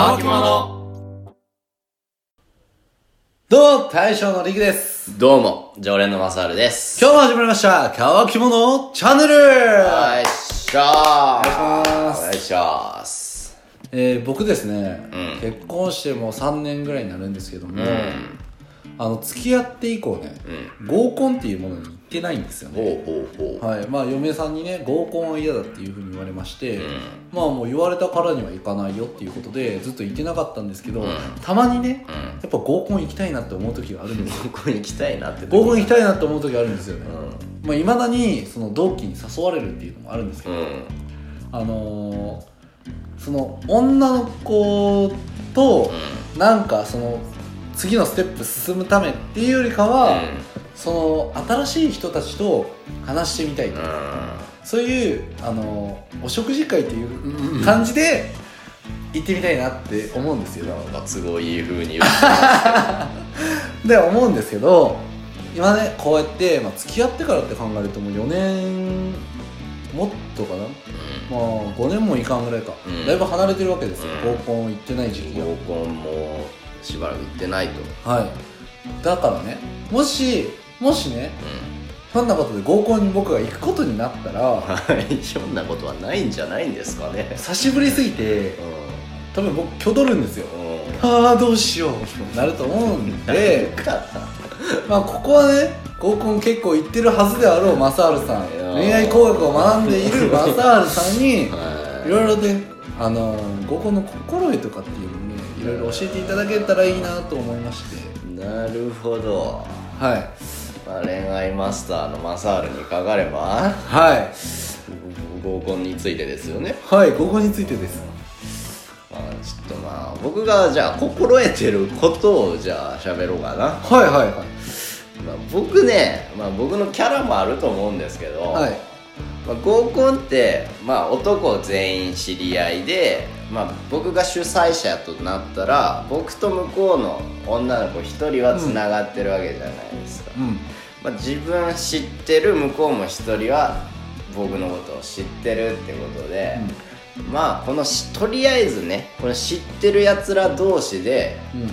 乾き物。 どうも大将のりくです。 どうも常連のマサールです。 今日も始まりました乾き物チャンネル。 はいしゃーお願いします。僕ですね、結婚してもう3年ぐらいになるんですけども、付き合って以降ね、合コンっていうものに行ってないんですよね。はい、まあ嫁さんにね合コンは嫌だっていうふうに言われまして、まあもう言われたからには行かないよっていうことでずっと行ってなかったんですけど、たまにね、やっぱ合コン行きたいなって思う時があるんですよ。 合コン行きたいなって合コン行きたいなって思う時があるんですよね。まあ未だにその同期に誘われるっていうのもあるんですけど、その女の子となんかその次のステップ進むためっていうよりかは、その新しい人たちと話してみたいと、そういうお食事会っていう感じで行ってみたいなって思うんですよ。 なんか都合いい風に言ってますで思うんですけど、今ねこうやって、付き合ってからって考えるともう4年もっとかな、まあ5年もいかんぐらいか、だいぶ離れてるわけですよ、合コン行ってない時期が。 合コンもしばらく行ってないと。 はい。だからね、もしね、そんなことで合コンに僕が行くことになったら、 はい、そんなことはないんじゃないんですかね。 久しぶりすぎて、多分僕挙取るんですよ。ああどうしようってなると思うんでまあここはね、合コン結構行ってるはずであろうマサールさん、恋愛工学を学んでいるマサールさんにいろいろで合コンの心得とかっていうのをね、いろいろ教えていただけたらいいなと思いまして。 なるほど。 はい、 まあ、恋愛マスターのマサールにかかれば、 はい、 合コンについてですよね。 はい、合コンについてです。 まあ、ちょっとまあ僕がじゃあ心得てることをじゃあ喋ろうかな。 はいはいはい。 まあ、僕ね、まあ、僕のキャラもあると思うんですけど、 はい、 まあ、合コンって、まあ、男全員知り合いで、まあ、僕が主催者となったら僕と向こうの女の子1人はつながってるわけじゃないですか、まあ、自分知ってる、向こうも1人は僕のことを知ってるってことで、まあこのとりあえずね、この知ってるやつら同士で、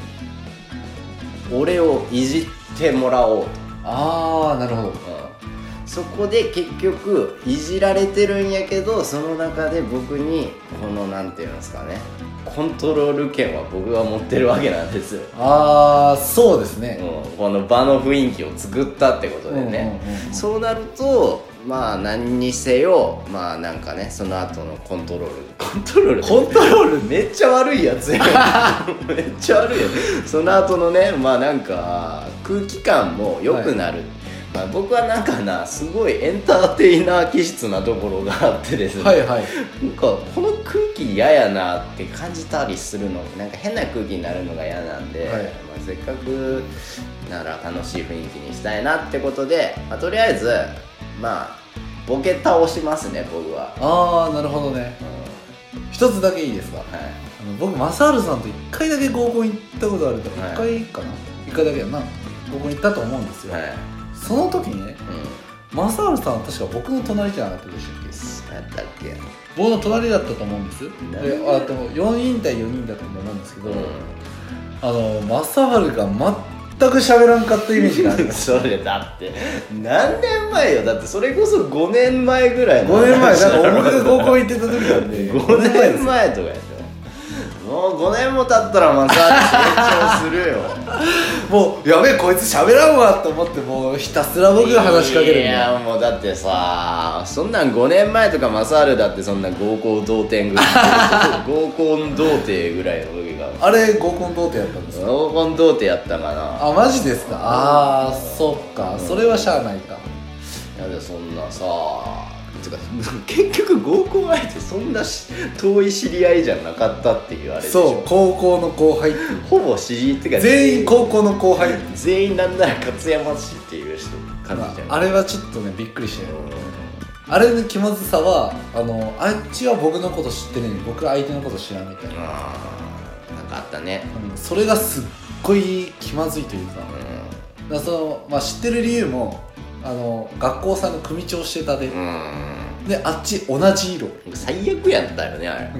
俺をいじってもらおうと。 ああなるほど。 そこで結局いじられてるんやけど、その中で僕にこのなんていうんですかね、コントロール権は僕が持ってるわけなんですよ。 ああそうですね、 この場の雰囲気を作ったってことでね、そうなるとまあ何にせよ、まあなんかね、その後のコントロールめっちゃ悪いやつやめっちゃ悪いやつ。その後のね、まあなんか空気感も良くなる、まあ、僕はなんかな、すごいエンターテイナー気質なところがあってですね、なんかこの空気嫌やなって感じたりするの、なんか変な空気になるのが嫌なんで、まあ、せっかくなら楽しい雰囲気にしたいなってことで、まあ、とりあえずまあボケ倒しますね、僕は。 ああなるほどね、一つだけいいですか。僕マサールさんと1回だけ合コン行ったことあるから、1回かな、1回だけやな、合コン行ったと思うんですよ、その時ね、マサールさんは確か僕の隣じゃなかったでしたっけ。 なんだっけ、 僕の隣だったと思うんです。で、あと4人対4人だったと思うんですけど、マサールが全く喋らんかったイメージがあるそれだって何年前よ、だってそれこそ5年前ぐらいの 5年前、だから僕が合コン行ってた時なんで 5年前とかやった。もう5年も経ったらまた成長するよもうやべえこいつ喋らんわと思って、もうひたすら僕が話しかけるんだ。 いやもうだってさ、そんなん5年前とかマサールだってそんな合コン童貞ぐらい合コン童貞ぐらいの時が、 あれ合コン童貞やったんですか。 合コン童貞やったかな。 あマジですか。ああそっか、それはしゃあないか。 いやでそんなさ、てか結局合コン相手そんな遠い知り合いじゃなかったっていうあれでしょ。 そう、高校の後輩っていう、 ほぼ知り合いってか全員高校の後輩、 全員なんなら勝山市っていう人感じじゃん、 あれはちょっとねびっくりしてる。あれの気まずさはあっちは僕のこと知ってるのに僕は相手のこと知らんみたいな、 なんかあったね、 それがすっごい気まずいというか、だからまあ、知ってる理由も学校さんの組長してたで、であっち同じ色、 最悪やったよねあれ、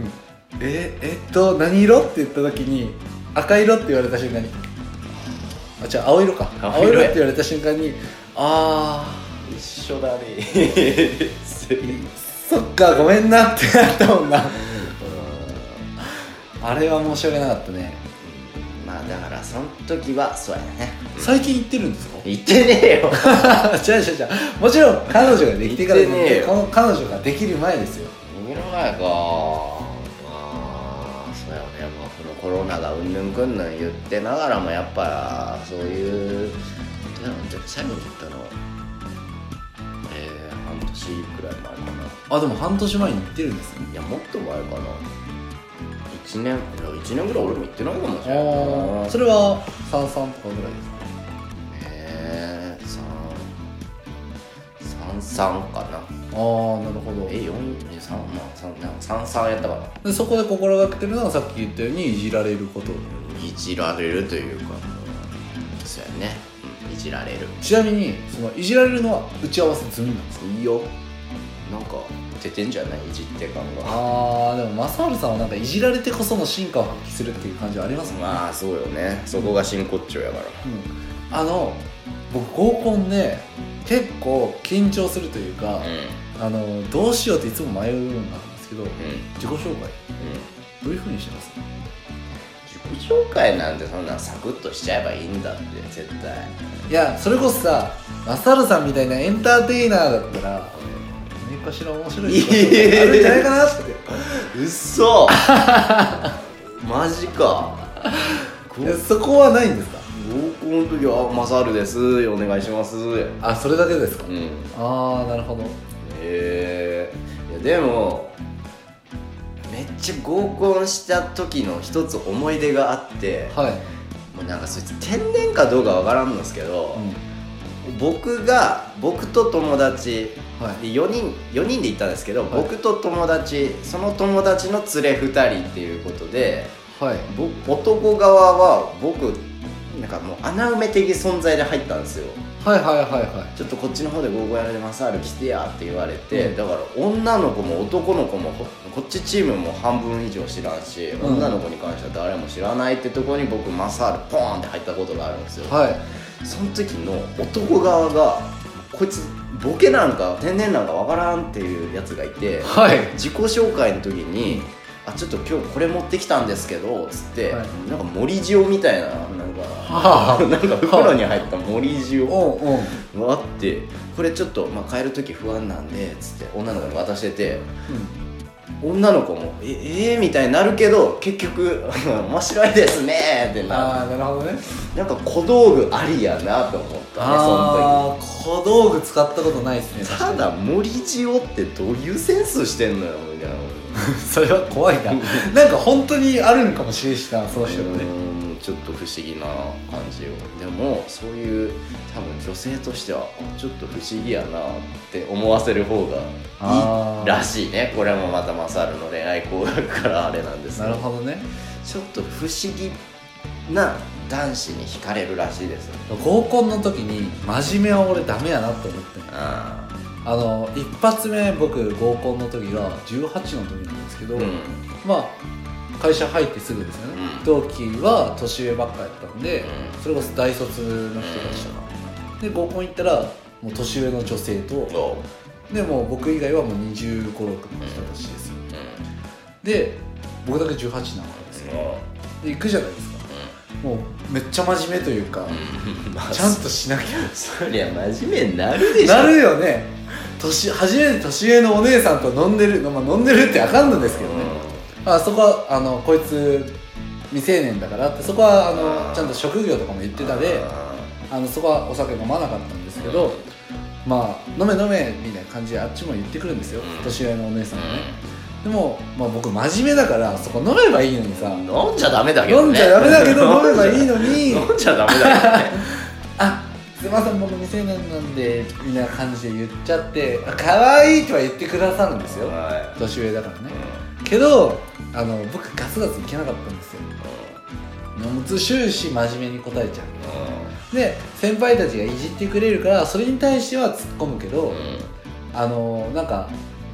何色って言った時に赤色って言われた瞬間に違う青色か青色って言われた瞬間に一緒だねそっかごめんなってなったもんなあれは申し訳なかったね。 まあだからその時はそうやね。 最近行ってるんですか？ 行ってねえよ違うもちろん彼女ができてからねこの彼女ができる前ですよ。 できる前か。そうやね。まあこのコロナがうんぬんくんぬん言ってながらもやっぱそういう最後に言ったの半年くらい前かな。 でも半年前に行ってるんですね。 いやもっと前かな。1年ぐらい俺も行ってないかもしれない。 それは33とかぐらいですか ？33かな。 なるほど。 33やったかな。 でそこで心がけてるのはさっき言ったようにいじられること。 いじられるというかそうやね、いじられる。 ちなみにそのいじられるのは打ち合わせ済みなんですか？ いいよ。なんか出てんじゃない、いじって感が。 でも正治さんはなんかいじられてこその進化を発揮するっていう感じはありますもんね。 まあそうよね、そこが真骨頂やから。 僕合コンで結構緊張するというか、どうしようっていつも迷うのがあるんですけど、自己紹介、どういう風にしてます？ 自己紹介なんてそんなサクッとしちゃえばいいんだって絶対。 いやそれこそさ正治さんみたいなエンターテイナーだったら何かしら面白い自己紹介あるんじゃないかなって。 うっそマジかそこはないんですか？ 合コンの時はマサールですお願いします。 それだけですか？なるほど。 いやでもめっちゃ合コンした時の一つ思い出があって、もうなんかそいつ天然かどうかわからんんですけど、僕と友達、4人で行ったんですけど、僕と友達、その友達の連れ2人っていうことで、男側は僕なんかもう穴埋め的存在で入ったんですよ。ちょっとこっちの方で合コンやられますある来てやって言われて、だから女の子も男の子もこっちチームも半分以上知らんし、女の子に関しては誰も知らないってところに僕マサールポーンって入ったことがあるんですよ。その時の男側がこいつボケなんか天然なんかわからんっていうやつがいて、自己紹介の時にちょっと今日これ持ってきたんですけどつって、なんか森塩みたいななんか袋に入った森塩があって、これちょっと帰る時不安なんでつって女の子に渡してて、女の子もみたいになるけど結局面白いですねってなるほどね。 なんか小道具ありやなと思ったね。その時小道具使ったことないですね。 ただ森塩ってどういうセンスしてんのよみたいなそれは怖いななんか本当にあるんかもしれんしな、その人がね。 ちょっと不思議な感じを。でもそういう多分女性としてはちょっと不思議やなって思わせる方がいいらしいね。これもまたマサルの恋愛工学からあれなんですけど、 なるほどね。 ちょっと不思議な男子に惹かれるらしいです。 合コンの時に真面目は俺ダメやなって思って、一発目僕合コンの時が18の時なんですけど、会社入ってすぐですよね、同期は年上ばっかやったんで、それこそ大卒の人たちとか、で合コン行ったらもう年上の女性と、でもう僕以外はもう25、6の人たちですよ、で僕だけ18なんですよ、で行くじゃないですか、もうめっちゃ真面目というか、ちゃんとしなきゃそりゃ真面目になるでしょ。 なるよね。初めて年上のお姉さんと飲んでるってあかんのですけどね、そこはこいつ未成年だからって、そこはちゃんと職業とかも言ってたで、そこはお酒飲まなかったんですけど、飲めみたいな感じであっちも言ってくるんですよ、年上のお姉さんがね。でも、僕真面目だからそこ飲めばいいのにさ、 飲んじゃダメだけどね、 飲んじゃダメだけど飲めばいいのに飲んじゃダメだけどねすいません僕未成年なんでみたいな感じで言っちゃって、可愛いとは言ってくださるんですよ、年上だからね、けど僕ガツガツいけなかったんですよ、もう終始真面目に答えちゃう、で先輩たちがいじってくれるからそれに対しては突っ込むけど、なんか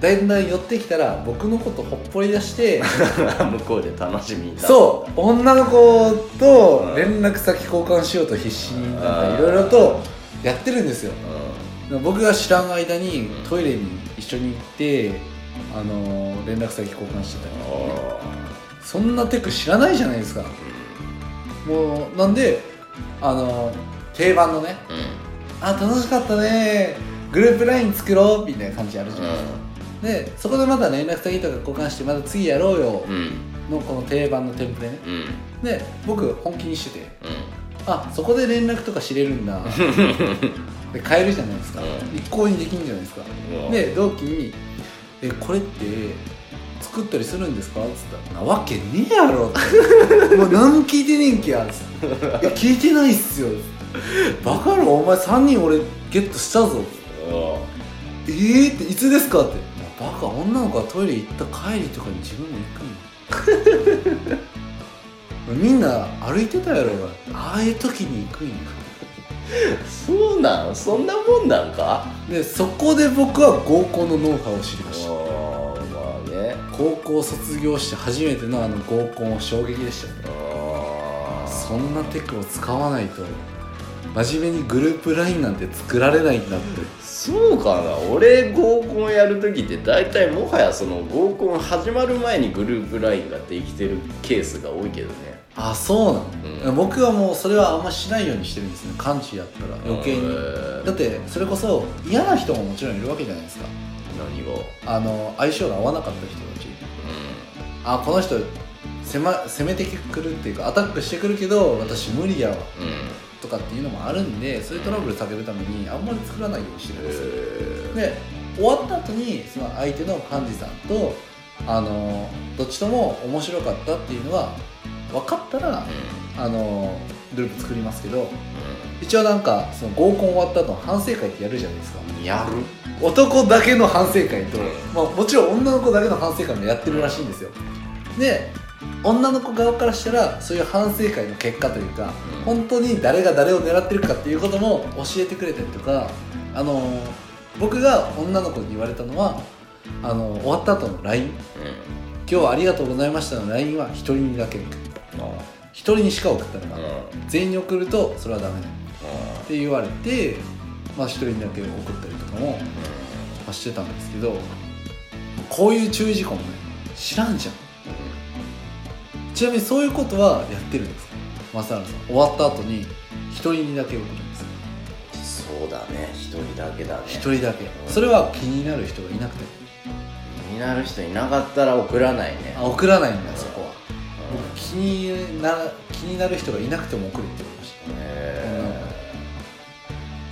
だんだん寄ってきたら僕のことほっぽり出して向こうで楽しみにそう女の子と連絡先交換しようと必死になんかいろいろとやってるんですよ。僕が知らん間にトイレに一緒に行って連絡先交換してたりとかね、そんなテク知らないじゃないですか。もうなんで定番のね、楽しかったねグループ LINE 作ろうみたいな感じあるじゃないですか。でそこでまた連絡先とか交換してまた次やろうよのこの定番のテンプレね、で僕本気にしてて、そこで連絡とか知れるんだで買えるじゃないですか、一向にできんじゃないですか。で同期にこれって作ったりするんですか?」っつったら「なわけねえやろ」って「もう何聞いてねえんけや」っつって「いや聞いてないっすよ」バカ野郎お前3人俺ゲットしたぞ」っていつですか?」って「バカ女の子がトイレ行った帰りとかに自分も行くんよみんな歩いてたやろがああいう時に行くんよそうなんそんなもんなんか。 でそこで僕は合コンのノウハウを知りました。高校卒業して初めての合コンは衝撃でしたね。そんなテクを使わないと真面目にグループ LINE なんて作られないんだって。 そうかな。俺合コンやるときって大体もはやその合コン始まる前にグループ LINE ができてるケースが多いけどね。 そうなの、僕はもうそれはあんましないようにしてるんですね。完治やったら余計に。だってそれこそ嫌な人ももちろんいるわけじゃないですか。 何を相性が合わなかった人たち、この人攻めてくるっていうかアタックしてくるけど私無理やわ、とかっていうのもあるんで、そういうトラブル避けるためにあんまり作らないようにしてるんですよ。で終わった後にその相手の幹事さんとどっちとも面白かったっていうのは分かったら、グループ作りますけど、一応なんかその合コン終わった後の反省会ってやるじゃないですか。 やる。 男だけの反省会と、もちろん女の子だけの反省会もやってるらしいんですよ。で女の子側からしたらそういう反省会の結果というか、本当に誰が誰を狙ってるかっていうことも教えてくれたりとか、僕が女の子に言われたのは終わった後の LINE、今日はありがとうございましたの LINE は1人にだけ送る、1人にしか送ったら全員に送るとそれはダメだって言われて、1人にだけ送ったりとかもしてたんですけど、こういう注意事項もね知らんじゃん。ちなみにそういうことはやってるんですか、正原さん。終わった後に1人にだけ送るんですか？ そうだね、1人だけだね。 1人だけ、それは気になる人がいなくても。 気になる人いなかったら送らないね。 送らないんだ、そこは。僕気になる人がいなくても送るって言いました。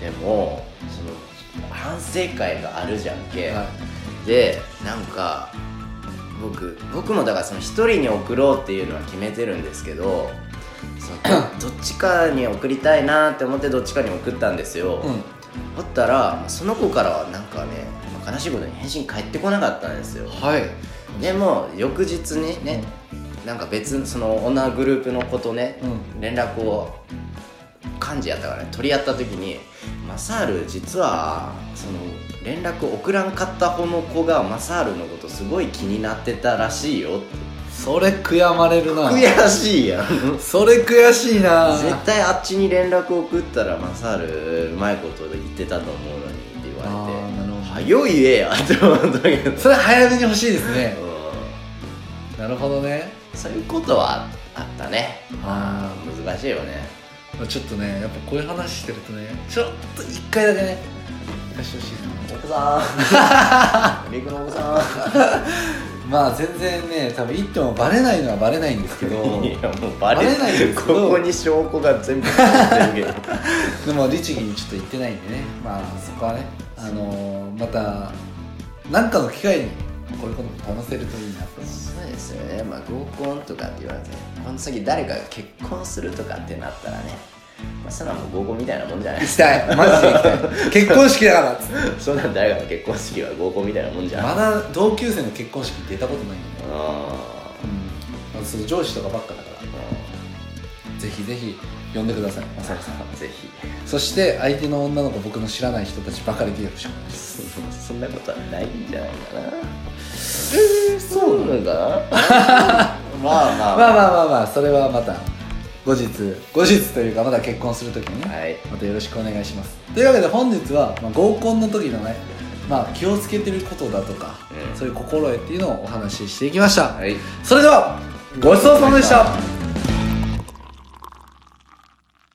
でもその反省会があるじゃんけ、でなんか僕もだからその1人に送ろうっていうのは決めてるんですけど、どっちかに送りたいなって思ってどっちかに送ったんですよ。だったらその子からはなんかね、悲しいことに返信返ってこなかったんですよ。でも翌日にね、なんか別その女グループの子とね、連絡を幹事やったから、ね、取り合った時にマサール実はその連絡送らんかった方の子がマサールのことすごい気になってたらしいよって。 それ悔やまれるな。 悔しいやんそれ悔しいな。 絶対あっちに連絡送ったらマサールうまいこと言ってたと思うのにって言われて、早い言えやって思ったけど、 それ早めに欲しいですね。なるほどね。 そういうことはあったね。難しいよね。 ちょっとね、やっぱこういう話してるとね、ちょっと一回だけね聞かせてほしいな。 奥さん陸の奥さん全然ね、多分言ってもバレないのはバレないんですけどいやもうバレないんですけど、ここに証拠が全部入ってるけどでも律儀にちょっと言ってないんでね、そこはね、また何かの機会にこういうことも話せるといいなと思う。 そうですよね。合コンとかって言われて、この先誰かが結婚するとかってなったらね、それはもう合コンみたいなもんじゃない。 行きたい、マジで行きたい結婚式だからっつってそんなん誰かの結婚式は合コンみたいなもんじゃん。 まだ同級生の結婚式出たことないんだよね。その上司とかばっかだから、ぜひぜひ呼んでください、正原さん。 ぜひ。 そして相手の女の子、僕の知らない人たちばかりでよろしくお願いします。 そんなことはないんじゃないかな。 るんかなまあまあそれはまた後日というかまだ結婚するときにね、はい、またよろしくお願いします。というわけで本日は、合コンの時のね、気をつけてることだとか、そういう心得っていうのをお話ししていきました、はい、それではごちそうさまでした。